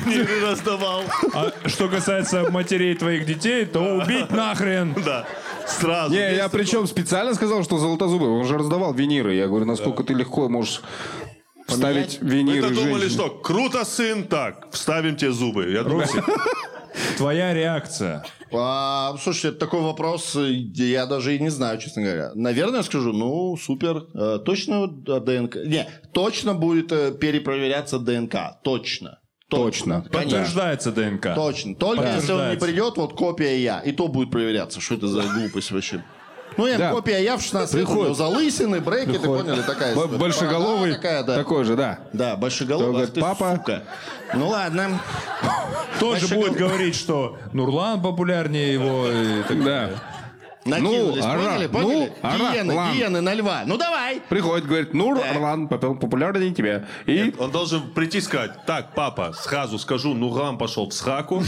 Speaker 3: А что касается матерей твоих детей, то убить нахрен.
Speaker 2: Да. Сразу.
Speaker 5: Не, я причем специально сказал, что золотозубый. Он же раздавал виниры. Я говорю, насколько ты легко можешь вставить виниры.
Speaker 2: Мы-то думали,
Speaker 5: женщине.
Speaker 2: что круто, сын, так, вставим тебе зубы. Я думаю,
Speaker 3: Твоя реакция.
Speaker 4: Слушайте, это такой вопрос, я даже и не знаю, честно говоря. Наверное, скажу, супер. Точно ДНК? Не, точно будет перепроверяться ДНК. Точно.
Speaker 3: Подтверждается ДНК.
Speaker 4: Точно. Только если он не придет, копия я. И то будет проверяться. Что это за глупость вообще? Копия я в 16 лет. У него залысины, брекеты, поняли? Такая история.
Speaker 5: Большеголовый
Speaker 4: такая, да.
Speaker 5: такой же, да.
Speaker 4: Да, большеголовый.
Speaker 5: Говорит,
Speaker 4: Ты,
Speaker 5: папа.
Speaker 4: сука. Ну ладно.
Speaker 3: Тоже будет говорить, что Нурлан популярнее его и так далее.
Speaker 4: Накинулись, поняли?
Speaker 5: Орлан.
Speaker 4: Гиены на льва. Ну давай.
Speaker 5: Приходит, говорит, Орлан, популярнее тебя. И
Speaker 2: он должен прийти и сказать: так, папа, сразу скажу, Нурлан пошел в сраку.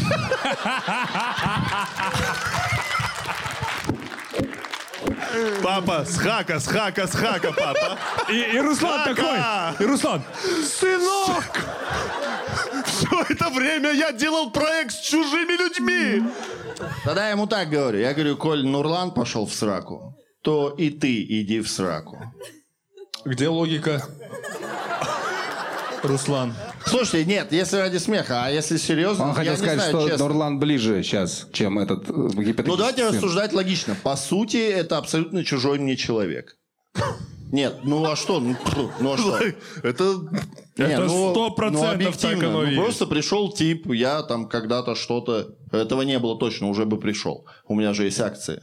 Speaker 2: Папа, схака, папа.
Speaker 3: И Руслан такой. И Руслан:
Speaker 2: сынок! Все это время я делал проект с чужими людьми.
Speaker 4: Тогда я ему так говорю. Я говорю, коль Нурлан пошел в сраку, то и ты иди в сраку.
Speaker 3: Где логика? Руслан.
Speaker 4: Слушайте, нет, если ради смеха, а если серьезно,
Speaker 5: он хотел сказать, что Нурлан ближе сейчас, чем этот гипотетический.
Speaker 4: Ну давайте рассуждать логично. По сути, это абсолютно чужой мне человек. Нет, ну а что? Ну а что?
Speaker 2: Это...
Speaker 3: Это 100%
Speaker 4: объективно.
Speaker 3: так оно и есть.
Speaker 4: Просто пришел тип, я там когда-то что-то... Этого не было точно, уже бы пришел. У меня же есть акции.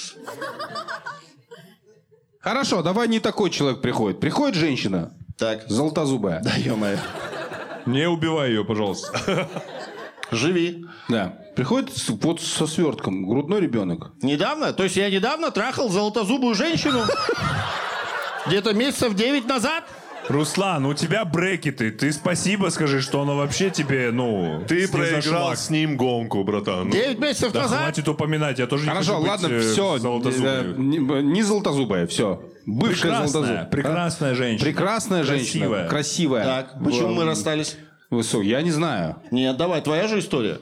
Speaker 5: Хорошо, давай не такой человек приходит. Приходит женщина,
Speaker 4: Так.
Speaker 5: золотозубая.
Speaker 4: Да, ё-моё.
Speaker 3: Не убивай ее, пожалуйста.
Speaker 4: Живи.
Speaker 5: Да. Приходит вот со свертком, грудной ребенок.
Speaker 4: Недавно? То есть я недавно трахал золотозубую женщину? Где-то месяцев 9 назад?
Speaker 3: Руслан, у тебя брекеты. Ты спасибо скажи, что оно вообще тебе,
Speaker 2: Ты
Speaker 3: снизошло.
Speaker 2: проиграл с ним гонку, братан.
Speaker 4: 9 месяцев
Speaker 3: Да
Speaker 4: назад?
Speaker 3: хватит упоминать, я тоже не
Speaker 5: Хорошо,
Speaker 3: хочу быть,
Speaker 5: ладно, все.
Speaker 3: золотозубой.
Speaker 5: Не золотозубая, все. Бывшая золотозубая.
Speaker 3: Прекрасная женщина.
Speaker 5: Прекрасная женщина.
Speaker 3: Красивая.
Speaker 5: Красивая.
Speaker 4: Так, почему мы расстались?
Speaker 5: Я не знаю.
Speaker 4: Нет, давай, твоя же история.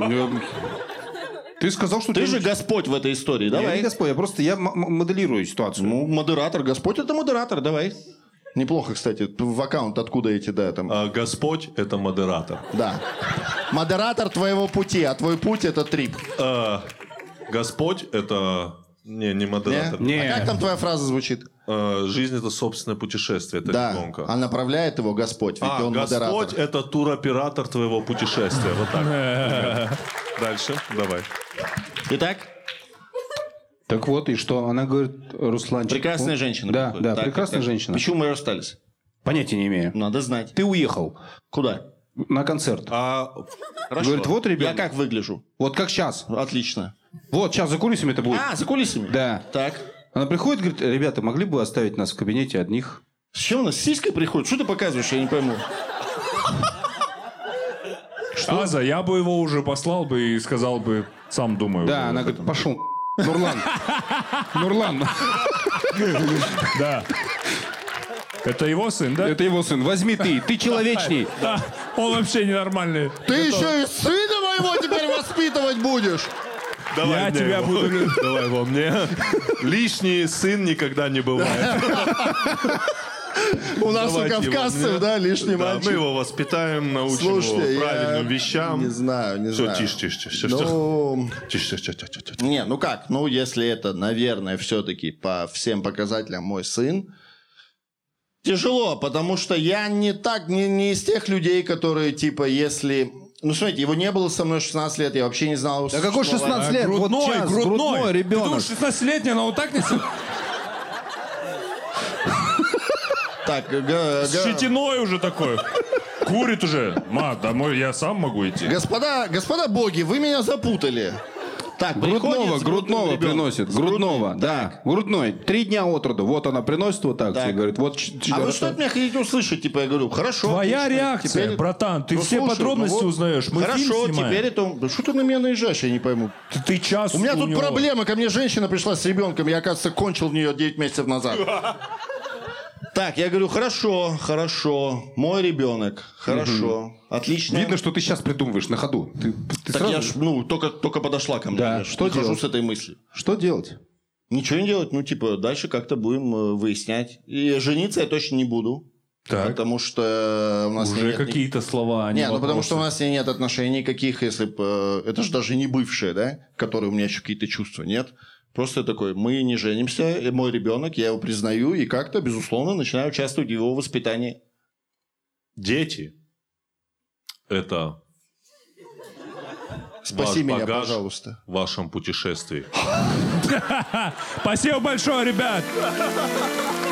Speaker 5: Ты сказал, что
Speaker 4: Ты же Господь в этой истории,
Speaker 5: Я не
Speaker 4: давай.
Speaker 5: Господь, я просто моделирую ситуацию.
Speaker 4: Ну, модератор, Господь это модератор, давай. Неплохо, кстати, в аккаунт откуда эти, да, там.
Speaker 2: А Господь — это модератор.
Speaker 4: Да. Модератор твоего пути, а твой путь это трип.
Speaker 2: Господь — это... Не модератор.
Speaker 5: Не.
Speaker 4: А как там твоя фраза звучит?
Speaker 2: Жизнь — это собственное путешествие, это
Speaker 4: Да,
Speaker 2: не гонка.
Speaker 4: а направляет его Господь, ведь он
Speaker 2: Господь
Speaker 4: модератор.
Speaker 2: — это туроператор твоего путешествия. Вот так. Дальше, давай.
Speaker 4: Итак,
Speaker 5: Так вот, и что? Она говорит, Русланчик.
Speaker 4: прекрасная женщина.
Speaker 5: Да,
Speaker 4: приходит.
Speaker 5: да,
Speaker 4: Так,
Speaker 5: прекрасная
Speaker 4: так.
Speaker 5: женщина.
Speaker 4: Почему мы расстались?
Speaker 5: Понятия не имею.
Speaker 4: Надо знать.
Speaker 5: Ты уехал
Speaker 4: Куда?
Speaker 5: на концерт.
Speaker 4: Хорошо.
Speaker 5: Говорит, вот ребенок.
Speaker 4: Я как выгляжу?
Speaker 5: Вот как сейчас.
Speaker 4: Отлично.
Speaker 5: Вот, сейчас за кулисами это будет.
Speaker 4: За кулисами?
Speaker 5: Да.
Speaker 4: Так.
Speaker 5: Она приходит, говорит, ребята, могли бы вы оставить нас в кабинете одних?
Speaker 4: С чем у нас? С сиськой приходит? Что ты показываешь? Я не пойму.
Speaker 3: Аза, я бы его уже послал бы и сказал бы, сам думаю.
Speaker 5: Да, она говорит, пошел. Нурлан. Нурлан.
Speaker 3: Да. Это его сын, да?
Speaker 5: Это его сын. Возьми ты человечней.
Speaker 3: Да, он вообще ненормальный.
Speaker 4: Ты еще и сына моего теперь воспитывать будешь?
Speaker 2: Давай
Speaker 3: Я
Speaker 2: мне
Speaker 3: тебя
Speaker 2: его.
Speaker 3: буду...
Speaker 2: Давай его мне. Лишний сын никогда не бывает.
Speaker 4: У нас у
Speaker 2: Давайте его
Speaker 4: кавказцев,
Speaker 2: мне.
Speaker 4: да, лишний
Speaker 2: Да,
Speaker 4: мальчик.
Speaker 2: мы его воспитаем, научим
Speaker 4: Слушайте,
Speaker 2: его правильным
Speaker 4: я
Speaker 2: вещам.
Speaker 4: Не знаю.
Speaker 2: Все, тише.
Speaker 4: Ну,
Speaker 2: Тише.
Speaker 4: не, ну как? Ну, если это, наверное, все-таки по всем показателям мой сын, тяжело, потому что я не из тех людей, которые, типа, если... Ну, смотрите, его не было со мной 16 лет, я вообще не знал...
Speaker 5: Да какой 16 лет? Вот час, грудной
Speaker 3: Ты
Speaker 5: ребенок.
Speaker 3: думаешь, 16-летний, но вот так не...
Speaker 4: Так,
Speaker 3: С щетиной уже такой. Курит уже. Домой я сам могу идти.
Speaker 4: господа боги, вы меня запутали. Так,
Speaker 5: Грудного
Speaker 4: ребенок.
Speaker 5: приносит.
Speaker 4: С
Speaker 5: Грудного, да. Грудной. 3 дня от роду. Вот она приносит вот так.
Speaker 4: Так.
Speaker 5: И говорит, вот...
Speaker 4: А вы что от меня хотите услышать? Типа, я говорю, хорошо.
Speaker 3: Твоя
Speaker 4: отлично,
Speaker 3: реакция,
Speaker 4: теперь-
Speaker 3: братан. Ты
Speaker 4: Ну,
Speaker 3: все
Speaker 4: слушай,
Speaker 3: подробности
Speaker 4: ну вот,
Speaker 3: узнаешь. Мы
Speaker 4: хорошо,
Speaker 3: фильм снимаем.
Speaker 4: теперь это... Да что ты на меня наезжаешь, я не пойму.
Speaker 3: Ты час
Speaker 4: У меня тут
Speaker 3: него-
Speaker 4: проблема. Ко мне женщина пришла с ребенком, я, оказывается, кончил в нее 9 месяцев назад. Так, я говорю, хорошо, мой ребенок, хорошо, отлично.
Speaker 5: Видно, что ты сейчас придумываешь на ходу. Ты
Speaker 4: Так
Speaker 5: сразу...
Speaker 4: я ж, только подошла ко мне.
Speaker 5: Да,
Speaker 4: я ж
Speaker 5: что
Speaker 4: не хожу
Speaker 5: делать?
Speaker 4: с этой мыслью.
Speaker 5: Что делать?
Speaker 4: Ничего не делать, дальше как-то будем выяснять. И жениться я точно не буду.
Speaker 3: Так.
Speaker 4: Потому что у нас
Speaker 3: Уже
Speaker 4: нет...
Speaker 3: какие-то слова, а не
Speaker 4: Нет, потому
Speaker 3: вопросы.
Speaker 4: что у нас нет отношений никаких, если бы... Это же даже не бывшие, да? Которые у меня еще какие-то чувства, нет? Просто такой, мы не женимся, и мой ребенок, я его признаю, и как-то, безусловно, начинаю участвовать в его воспитании.
Speaker 2: Дети — это
Speaker 4: Спаси
Speaker 2: ваш
Speaker 4: меня,
Speaker 2: багаж
Speaker 4: пожалуйста.
Speaker 2: в вашем путешествии.
Speaker 3: Спасибо большое, ребят.